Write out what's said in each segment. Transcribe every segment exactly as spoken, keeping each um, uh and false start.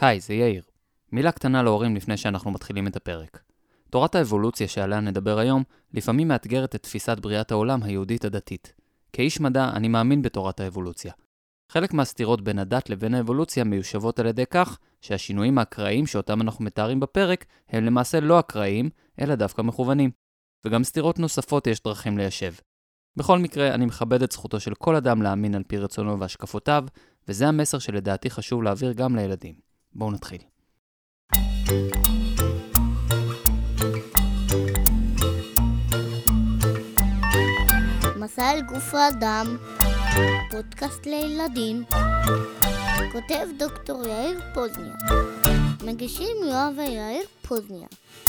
היי, זה יאיר. מילה קטנה להורים לפני שאנחנו מתחילים את הפרק. תורת האבולוציה שעליה נדבר היום, לפעמים מאתגרת את תפיסת בריאת העולם היהודית הדתית. כאיש מדע, אני מאמין בתורת האבולוציה. חלק מהסתירות בין הדת לבין האבולוציה מיושבות על ידי כך שהשינויים האקראיים שאותם אנחנו מתארים בפרק הם למעשה לא אקראיים, אלא דווקא מכוונים. וגם סתירות נוספות יש דרכים ליישב. בכל מקרה, אני מכבד את זכותו של כל אדם להאמין על פי רצונו והשקפותיו, וזה המסר שלדעתי חשוב להעביר גם לילדים. בואו נתחיל. מסע אל גוף האדם, פודקאסט לילדים, כותב דוקטור יאיר פוזניה, מגישים יואב ויאיר פוזניה.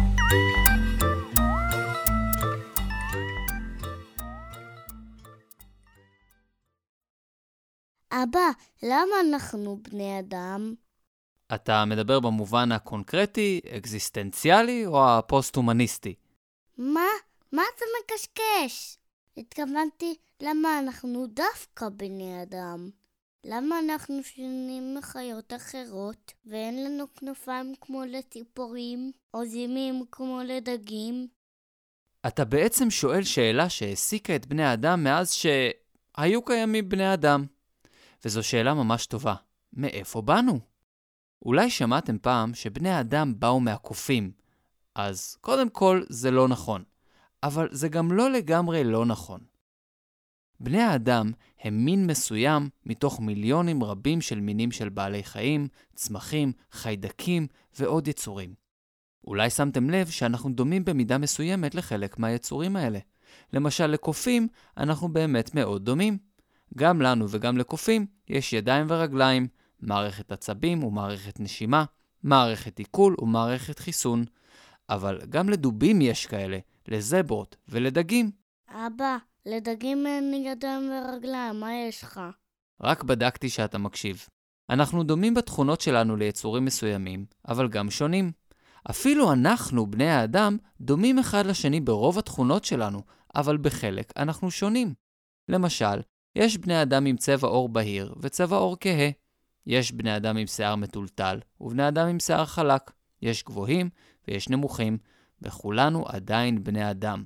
אבא, למה אנחנו בני אדם? אתה מדבר במובן הקונקרטי, אקזיסטנציאלי או הפוסט-הומניסטי? מה? מה אתה מקשקש? התכוונתי למה אנחנו דווקא בני אדם. למה אנחנו שונים מחיות אחרות ואין לנו כנפיים כמו לציפורים או זימים כמו לדגים? אתה בעצם שואל שאלה שהעסיקה את בני האדם מאז שהיו קיימים בני האדם. וזו שאלה ממש טובה. מאיפה באנו? אולי שמעתם פעם שבני האדם באו מהקופים. אז קודם כל זה לא נכון. אבל זה גם לא לגמרי לא נכון. בני האדם הם מין מסוים מתוך מיליונים רבים של מינים של בעלי חיים, צמחים, חיידקים ועוד יצורים. אולי שמתם לב שאנחנו דומים במידה מסוימת לחלק מהיצורים האלה. למשל לקופים אנחנו באמת מאוד דומים. גם לנו וגם לקופים יש ידיים ורגליים, מערכת עצבים ומערכת נשימה, מערכת עיכול ומערכת חיסון. אבל גם לדובים יש כאלה, לזברות ולדגים. אבא, לדגים אין ידיים ורגליים, מה יש לך? רק בדקתי שאתה מקשיב. אנחנו דומים בתכונות שלנו ליצורים מסוימים, אבל גם שונים. אפילו אנחנו, בני האדם, דומים אחד לשני ברוב התכונות שלנו, אבל בחלק אנחנו שונים. למשל, יש בני אדם עם צבע עור בהיר וצבע עור כהה. יש בני אדם עם שיער מטולטל ובני אדם עם שיער חלק. יש גבוהים ויש נמוכים, וכולנו עדיין בני אדם.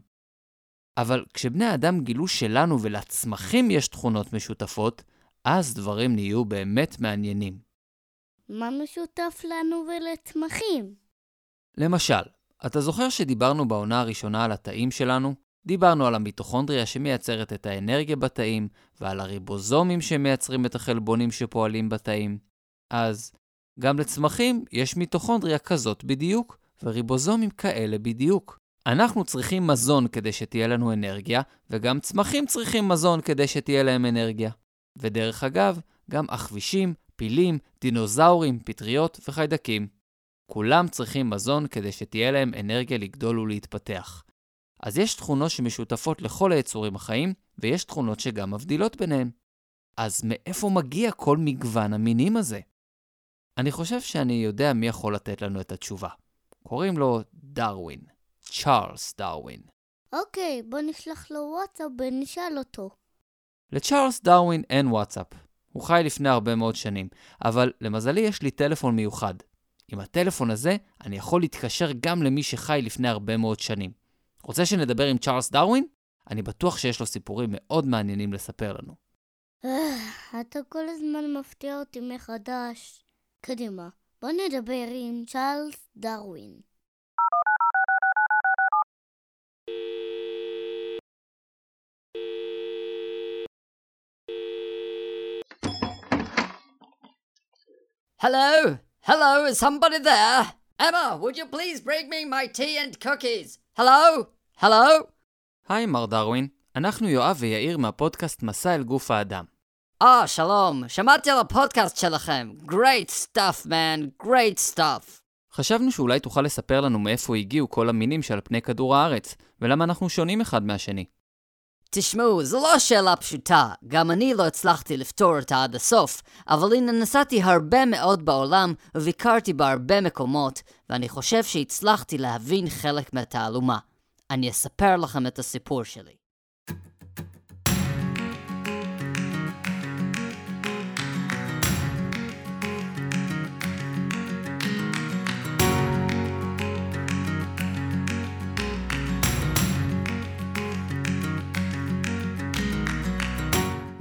אבל כשבני האדם גילו שלנו ולצמחים יש תכונות משותפות, אז דברים נהיו באמת מעניינים. מה משותף לנו ולצמחים? למשל, אתה זוכר שדיברנו בעונה הראשונה על התאים שלנו? דיברנו על המיטוכונדריה שמייצרת את האנרגיה בתאים, ועל הריבוזומים שמייצרים את החלבונים שפועלים בתאים. אז גם לצמחים יש מיטוכונדריה כזאת בדיוק, וריבוזומים כאלה בדיוק. אנחנו צריכים מזון כדי שתהיה לנו אנרגיה, וגם צמחים צריכים מזון כדי שתהיה להם אנרגיה. ודרך אגב, גם אכבישים, פילים, דינוזאורים, פטריות וחיידקים. כולם צריכים מזון כדי שתהיה להם אנרגיה לגדול ולהתפתח. אז יש תכונות שמשותפות לכל היצורים החיים, ויש תכונות שגם מבדילות ביניהם. אז מאיפה מגיע כל מגוון המינים הזה? אני חושב שאני יודע מי יכול לתת לנו את התשובה. קוראים לו דרווין. צ'ארלס דרווין. אוקיי, בוא נשלח לו וואטסאפ ונשאל אותו. לצ'ארלס דרווין אין וואטסאפ. הוא חי לפני הרבה מאוד שנים, אבל למזלי יש לי טלפון מיוחד. עם הטלפון הזה אני יכול להתקשר גם למי שחי לפני הרבה מאוד שנים. רוצה שנדבר עם צ'ארלס דרווין? אני בטוח שיש לו סיפורים מאוד מעניינים לספר לנו. אתה כל הזמן מפתיע אותי מחדש. קדימה, בוא נדבר עם צ'ארלס דרווין. Hello? Hello, is somebody there? Emma, would you please bring me my tea and cookies? Hello? Hello? היי מר דרווין, אנחנו יואב ויאיר מהפודקאסט מסע אל גוף האדם. אה, שלום, שמעתי על הפודקאסט שלכם. Great stuff, man, great stuff. חשבנו שאולי תוכל לספר לנו מאיפה הגיעו כל המינים שעל פני כדור הארץ, ולמה אנחנו שונים אחד מהשני. תשמעו, זו לא שאלה פשוטה, גם אני לא הצלחתי לפתור אותה עד הסוף, אבל הנה נסעתי הרבה מאוד בעולם וביקרתי בהרבה מקומות, ואני חושב שהצלחתי להבין חלק מהתעלומה. אני אספר לכם את הסיפור שלי.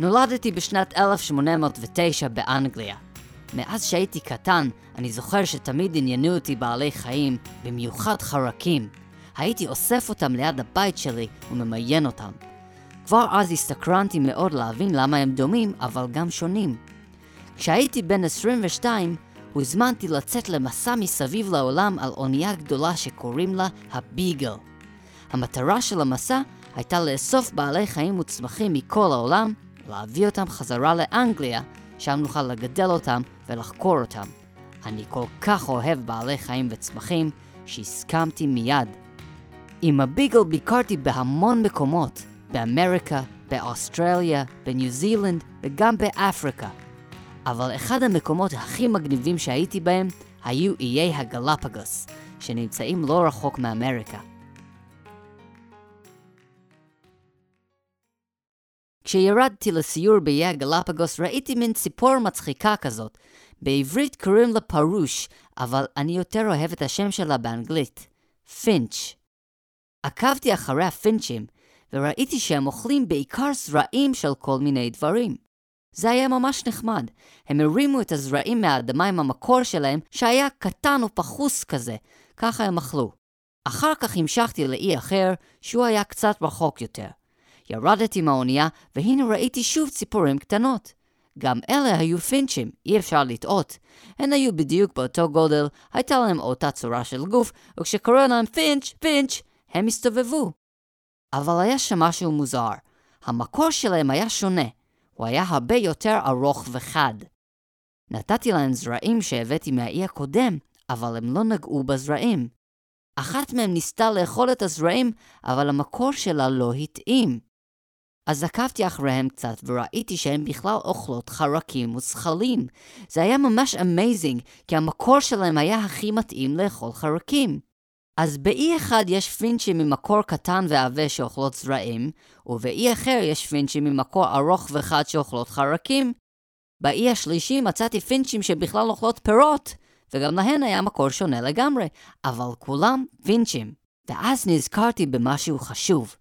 נולדתי בשנת אלף שמונה מאות ותשע באנגליה. מאז שהייתי קטן, אני זוכר שתמיד עניינו אותי בעלי חיים, במיוחד חרקים. הייתי אוסף אותם ליד הבית שלי וממיין אותם. כבר אז הסתקרנתי מאוד להבין למה הם דומים, אבל גם שונים. כשהייתי בן עשרים ושתיים, הוזמנתי לצאת למסע מסביב לעולם על אונייה גדולה שקוראים לה הביגל. המטרה של המסע הייתה לאסוף בעלי חיים וצמחים מכל העולם, להביא אותם חזרה לאנגליה, שם נוכל לגדל אותם ולחקור אותם. אני כל כך אוהב בעלי חיים וצמחים, שהסכמתי מיד. עם הביגל ביקרתי בהמון מקומות, באמריקה, באוסטרליה, בניו זילנד וגם באפריקה. אבל אחד המקומות הכי מגניבים שהייתי בהם היו איי הגלפגוס, שנמצאים לא רחוק מאמריקה. כשירדתי לסיור באיי הגלפגוס ראיתי מין ציפור מצחיקה כזאת. בעברית קוראים לה פרוש, אבל אני יותר אוהב את השם שלה באנגלית, פינץ'. עקבתי אחרי הפינצ'ים, וראיתי שהם אוכלים בעיקר זרעים של כל מיני דברים. זה היה ממש נחמד. הם הרימו את הזרעים מהאדמה עם המקור שלהם, שהיה קטן ופחוס כזה. ככה הם אכלו. אחר כך המשכתי לאי אחר, שהוא היה קצת רחוק יותר. ירדתי מהאונייה, והנה ראיתי שוב ציפורים קטנות. גם אלה היו פינצ'ים, אי אפשר לטעות. הן היו בדיוק באותו גודל, הייתה להם אותה צורה של גוף, וכשקראו להם פינץ', פינץ', הם הסתובבו. אבל היה שם משהו מוזר. המקור שלהם היה שונה. הוא היה הרבה יותר ארוך וחד. נתתי להם זרעים שהבאתי מהאי הקודם, אבל הם לא נגעו בזרעים. אחת מהם ניסתה לאכול את הזרעים, אבל המקור שלה לא התאים. אז עקבתי אחריהם קצת וראיתי שהם בכלל אוכלות חרקים וזחלים. זה היה ממש אמייזינג, כי המקור שלהם היה הכי מתאים לאכול חרקים. אז באי אחד יש פינצ'ים ממקור קטן ועבה שאוכלות זרעים, ובאי אחר יש פינצ'ים ממקור ארוך וחד שאוכלות חרקים. באי השלישי מצאתי פינצ'ים שבכלל אוכלות פירות, וגם להן היה מקור שונה לגמרי, אבל כולם פינצ'ים. ואז נזכרתי במשהו חשוב.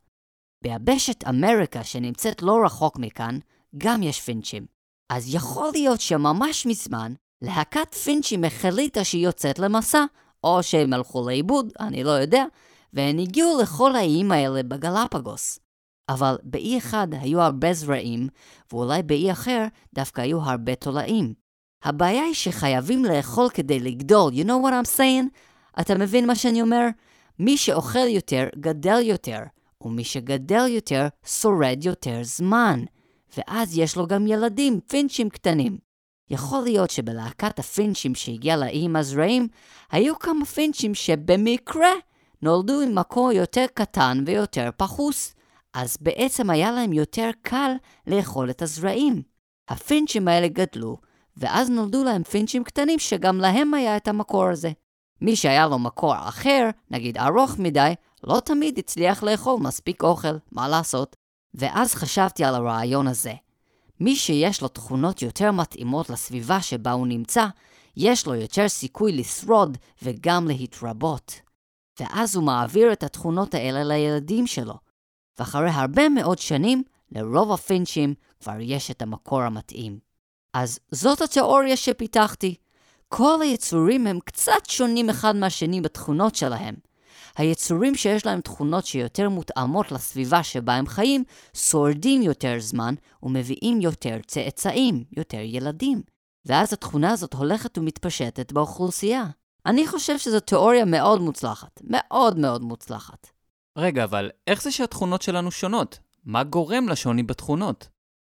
ביבשת אמריקה שנמצאת לא רחוק מכאן, גם יש פינצ'ים. אז יכול להיות שממש מזמן, להקת פינצ'ים החליטה שהיא יוצאת למסע, או שהם הלכו לאיבוד, אני לא יודע, והן הגיעו לכל האיים האלה בגלפגוס. אבל באי אחד היו הרבה זרעים, ואולי באי אחר דווקא היו הרבה תולעים. הבעיה היא שחייבים לאכול כדי לגדול, you know what I'm saying? אתה מבין מה שאני אומר? מי שאוכל יותר גדל יותר, ומי שגדל יותר שורד יותר זמן. ואז יש לו גם ילדים, פינצ'ים קטנים. יכול להיות שבלהקת הפינצ'ים שהגיע לאיים הזרעים, היו כמה פינצ'ים שבמקרה נולדו עם מקור יותר קטן ויותר פחוס, אז בעצם היה להם יותר קל לאכול את הזרעים. הפינצ'ים האלה גדלו, ואז נולדו להם פינצ'ים קטנים שגם להם היה את המקור הזה. מי שהיה לו מקור אחר, נגיד ארוך מדי, לא תמיד הצליח לאכול מספיק אוכל, מה לעשות? ואז חשבתי על הרעיון הזה. מי שיש לו תכונות יותר מתאימות לסביבה שבה הוא נמצא, יש לו יותר סיכוי לשרוד וגם להתרבות. ואז הוא מעביר את התכונות האלה לילדים שלו. ואחרי הרבה מאוד שנים, לרוב הפינצ'ים כבר יש את המקור המתאים. אז זאת התיאוריה שפיתחתי. כל היצורים הם קצת שונים אחד מהשני בתכונות שלהם. היצורים שיש להם תכונות שיותר מותאמות לסביבה שבה הם חיים, שורדים יותר זמן ומביאים יותר צאצאים, יותר ילדים. ואז התכונה הזאת הולכת ומתפשטת באוכלוסייה. אני חושב שזו תיאוריה מאוד מוצלחת, מאוד מאוד מוצלחת. רגע, אבל איך זה שהתכונות שלנו שונות? מה גורם לשוני בתכונות?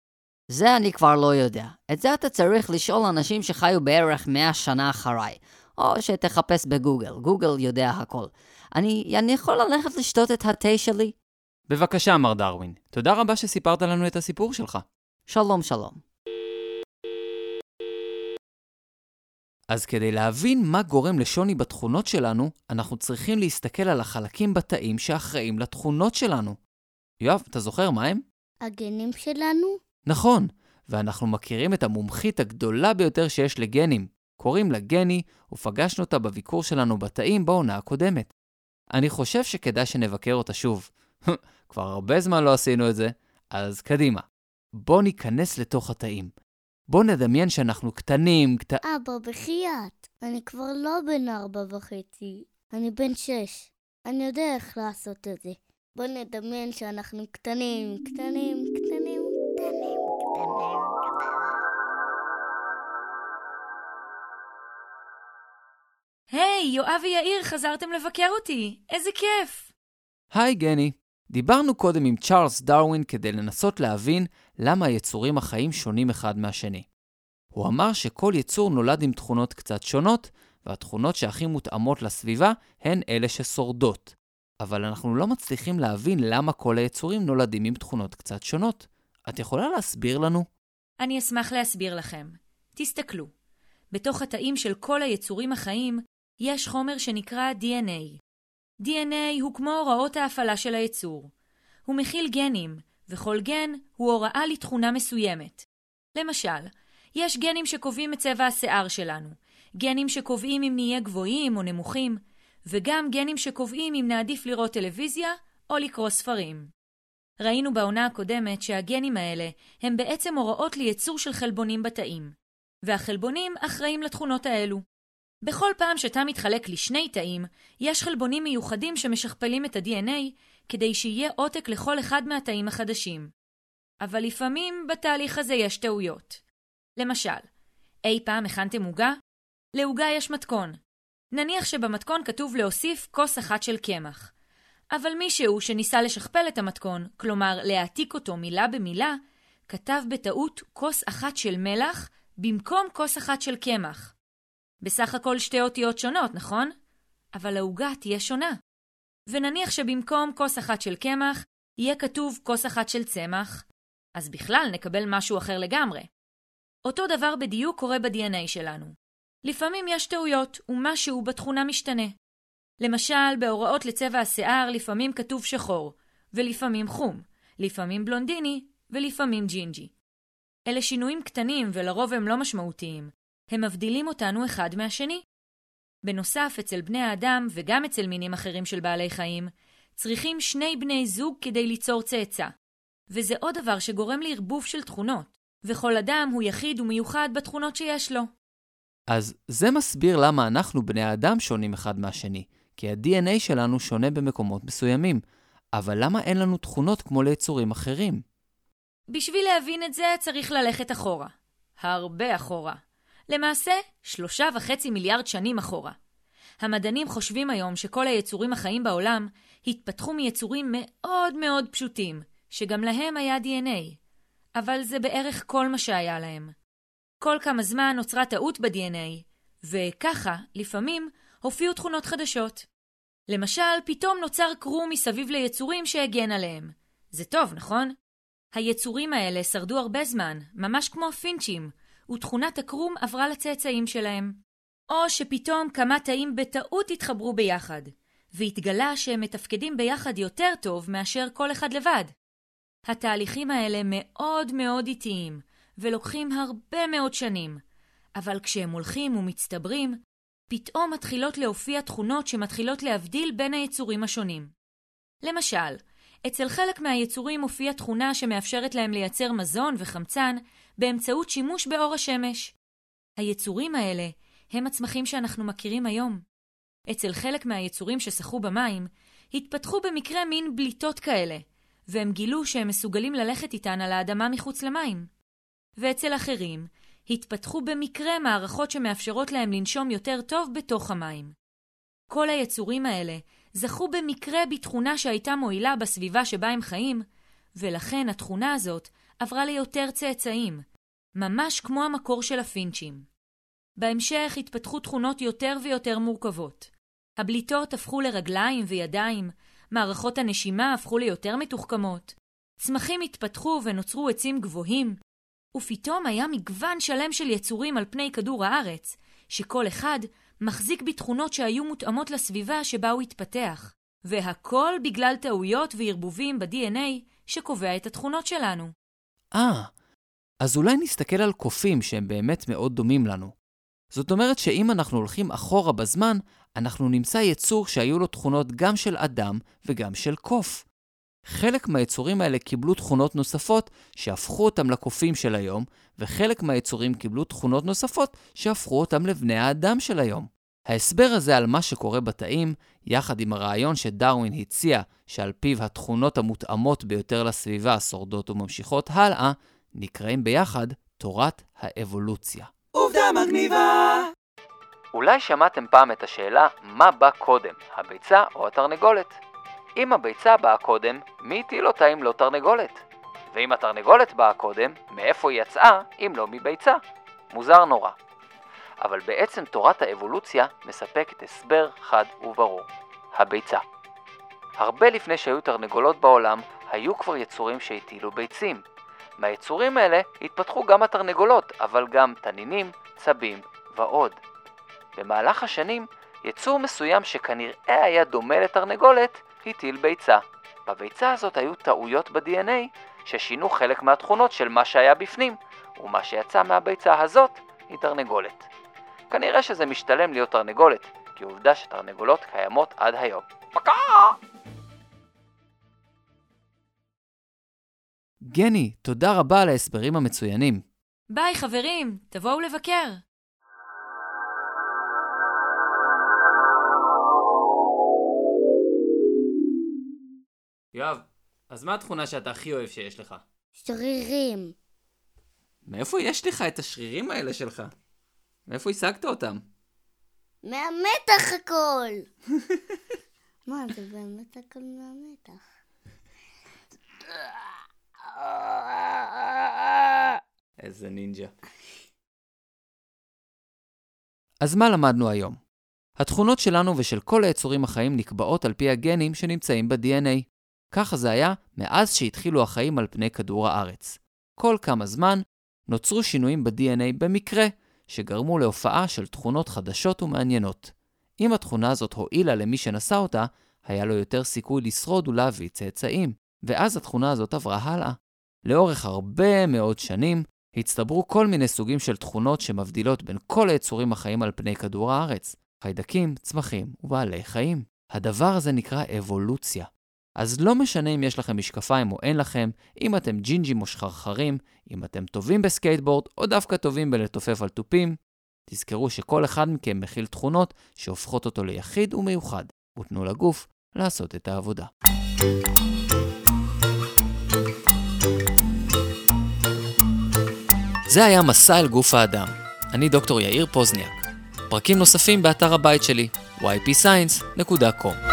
זה אני כבר לא יודע. את זה אתה צריך לשאול אנשים שחיו בערך מאה שנה אחריי. או שתחפש בגוגל, גוגל יודע הכל. אני, אני יכול ללכת לשתות את התה שלי? בבקשה, מר דרווין. תודה רבה שסיפרת לנו את הסיפור שלך. שלום, שלום. אז כדי להבין מה גורם לשוני בתכונות שלנו, אנחנו צריכים להסתכל על החלקים בתאים שאחראים לתכונות שלנו. יואב, אתה זוכר מה הם? הגנים שלנו? נכון, ואנחנו מכירים את המומחית הגדולה ביותר שיש לגנים. קוראים לה גני, ופגשנו אותה בביקור שלנו בתאים בעונה הקודמת. אני חושב שכדאי שנבקר אותה שוב. כבר הרבה זמן לא עשינו את זה, אז קדימה. בוא ניכנס לתוך התאים. בוא נדמיין שאנחנו קטנים, קט... אבא, בחייאת. אני כבר לא בן ארבע וחצי. אני בן שש. אני יודע איך לעשות את זה. בוא נדמיין שאנחנו קטנים, קטנים, קטנים, קטנים, קטנים, קטנים. היי, יואב ויאיר, חזרתם לבקר אותי. איזה כיף. היי גני, דיברנו קודם עם צ'ארלס דרווין כדי לנסות להבין למה היצורים החיים שונים אחד מהשני. הוא אמר שכל יצור נולד עם תכונות קצת שונות, והתכונות שהכי מותאמות לסביבה הן אלה ששורדות. אבל אנחנו לא מצליחים להבין למה כל היצורים נולדים עם תכונות קצת שונות. את יכולה להסביר לנו? אני אשמח להסביר לכם. תסתכלו. בתוך התאים של כל היצורים החיים יש חומר שנקרא די אן איי. די אן איי הוא כמו הוראות ההפעלה של היצור. הוא מכיל גנים, וכל גן הוא הוראה לתכונה מסוימת. למשל, יש גנים שקובעים את צבע השיער שלנו, גנים שקובעים אם נהיה גבוהים או נמוכים, וגם גנים שקובעים אם נעדיף לראות טלוויזיה או לקרוא ספרים. ראינו בעונה הקודמת שהגנים האלה הם בעצם הוראות ליצור של חלבונים בתאים, והחלבונים אחראים לתכונות האלו. בכל פעם שתא מתחלק לשני תאים, יש חלבונים מיוחדים שמשכפלים את ה-די אן איי כדי שיהיה עותק לכל אחד מהתאים החדשים. אבל לפעמים בתהליך הזה יש טעויות. למשל, אי פעם הכנתם עוגה? לעוגה יש מתכון. נניח שבמתכון כתוב להוסיף כוס אחת של קמח. אבל מישהו שניסה לשכפל את המתכון, כלומר להעתיק אותו מילה במילה, כתב בטעות כוס אחת של מלח במקום כוס אחת של קמח. בסך הכל שתי אותיות שונות, נכון? אבל העוגה תהיה שונה. ונניח שבמקום כוס אחת של קמח, יהיה כתוב כוס אחת של צמח, אז בכלל נקבל משהו אחר לגמרי. אותו דבר בדיוק קורה ב-די אן איי שלנו. לפעמים יש טעויות ומשהו בתכונה משתנה. למשל, בהוראות לצבע השיער לפעמים כתוב שחור, ולפעמים חום, לפעמים בלונדיני ולפעמים ג'ינג'י. אלה שינויים קטנים ולרוב הם לא משמעותיים. הם מבדילים אותנו אחד מהשני. בנוסף, אצל בני האדם וגם אצל מינים אחרים של בעלי חיים, צריכים שני בני זוג כדי ליצור צאצא. וזה עוד דבר שגורם לערבוב של תכונות, וכל אדם הוא יחיד ומיוחד בתכונות שיש לו. אז זה מסביר למה אנחנו בני האדם שונים אחד מהשני, כי ה-די אן איי שלנו שונה במקומות מסוימים. אבל למה אין לנו תכונות כמו ליצורים אחרים? בשביל להבין את זה צריך ללכת אחורה. הרבה אחורה. למעשה, שלושה וחצי מיליארד שנים אחורה. המדענים חושבים היום שכל היצורים החיים בעולם התפתחו מיצורים מאוד מאוד פשוטים, שגם להם היה די אן איי. אבל זה בערך כל מה שהיה להם. כל כמה זמן נוצרה טעות ב-די אן איי, וככה, לפעמים, הופיעו תכונות חדשות. למשל, פתאום נוצר קרום מסביב ליצורים שהגן עליהם. זה טוב, נכון? היצורים האלה שרדו הרבה זמן, ממש כמו פינצ'ים, ותכונת הקרום עברה לצאצאים שלהם. או שפתאום כמה תאים בטעות התחברו ביחד, והתגלה שהם מתפקדים ביחד יותר טוב מאשר כל אחד לבד. התהליכים האלה מאוד מאוד איטיים, ולוקחים הרבה מאוד שנים, אבל כשהם הולכים ומצטברים, פתאום מתחילות להופיע תכונות שמתחילות להבדיל בין היצורים השונים. למשל, אצל חלק מהיצורים מופיע תכונה שמאפשרת להם לייצר מזון וחמצן באמצעות שימוש באור השמש. היצורים האלה הם הצמחים שאנחנו מכירים היום. אצל חלק מהיצורים ששחו במים, התפתחו במקרה מין בליטות כאלה, והם גילו שהם מסוגלים ללכת איתן על האדמה מחוץ למים. ואצל אחרים, התפתחו במקרה מערכות שמאפשרות להם לנשום יותר טוב בתוך המים. כל היצורים האלה זכו במקרה בתכונה שהייתה מועילה בסביבה שבה הם חיים, ולכן התכונה הזאת עברה ליותר צאצאים, ממש כמו המקור של הפינצ'ים. בהמשך התפתחו תכונות יותר ויותר מורכבות. הבליטות הפכו לרגליים וידיים, מערכות הנשימה הפכו ליותר מתוחכמות, צמחים התפתחו ונוצרו עצים גבוהים, ופתאום היה מגוון שלם של יצורים על פני כדור הארץ, שכל אחד מחזיק בתכונות שהיו מותאמות לסביבה שבה הוא התפתח, והכל בגלל טעויות וערבובים ב-די אן איי שקובע את התכונות שלנו. אה, אז אולי נסתכל על קופים שהם באמת מאוד דומים לנו. זאת אומרת שאם אנחנו הולכים אחורה בזמן, אנחנו נמצא יצור שהיו לו תכונות גם של אדם וגם של קוף. חלק מהיצורים האלה קיבלו תכונות נוספות שהפכו אותם לקופים של היום, וחלק מהיצורים קיבלו תכונות נוספות שהפכו אותם לבני האדם של היום. ההסבר הזה על מה שקורה בתאים, יחד עם הרעיון שדרווין הציע שעל פיו התכונות המותאמות ביותר לסביבה שורדות וממשיכות הלאה, נקראים ביחד תורת האבולוציה. עובדה מגניבה! אולי שמעתם פעם את השאלה מה בא קודם, הביצה או התרנגולת? אם הביצה באה קודם, מי הטיל אותה אם לא תרנגולת? ואם התרנגולת באה קודם, מאיפה היא יצאה אם לא מביצה? מוזר נורא. אבל בעצם תורת האבולוציה מספקת הסבר חד וברור. הביצה. הרבה לפני שהיו תרנגולות בעולם, היו כבר יצורים שהטילו ביצים. מהיצורים האלה התפתחו גם התרנגולות, אבל גם תנינים, צבים ועוד. במהלך השנים, יצור מסוים שכנראה היה דומה לתרנגולת, הטיל ביצה. בביצה הזאת היו טעויות ב-די אן איי ששינו חלק מהתכונות של מה שהיה בפנים, ומה שיצא מהביצה הזאת היא תרנגולת. כנראה שזה משתלם להיות תרנגולת, כי עובדה שתרנגולות קיימות עד היום. פקה! גני, תודה רבה על ההסברים המצוינים. ביי חברים, תבואו לבקר. יואב, אז מה התכונה שאתה הכי אוהב שיש לך? שרירים. מאיפה יש לך את השרירים האלה שלך? מאיפה השגת אותם? מהמתח הכל. מה, זה באמת הכל מהמתח. איזה נינג'ה. אז מה למדנו היום? התכונות שלנו ושל כל היצורים החיים נקבעות על פי הגנים שנמצאים ב-די אן איי. ככה זה היה מאז שהתחילו החיים על פני כדור הארץ. כל כמה זמן נוצרו שינויים ב-די אן איי במקרה, שגרמו להופעה של תכונות חדשות ומעניינות. אם התכונה הזאת הועילה למי שנשא אותה, היה לו יותר סיכוי לשרוד ולהביא צאצאים, ואז התכונה הזאת עברה הלאה. לאורך הרבה מאוד שנים, הצטברו כל מיני סוגים של תכונות שמבדילות בין כל היצורים החיים על פני כדור הארץ, חיידקים, צמחים ובעלי חיים. הדבר הזה נקרא אבולוציה. אז לא משנה אם יש לכם משקפיים או אין לכם, אם אתם ג'ינג'ים או שחרחרים, אם אתם טובים בסקייטבורד או דווקא טובים בלתופף על טופים, תזכרו שכל אחד מכם מכיל תכונות שהופכות אותו ליחיד ומיוחד, ותנו לגוף לעשות את העבודה. זה היה מסע אל גוף האדם. אני דוקטור יאיר פוזניאק. פרקים נוספים באתר הבית שלי, וואי פי סיינס דוט קום.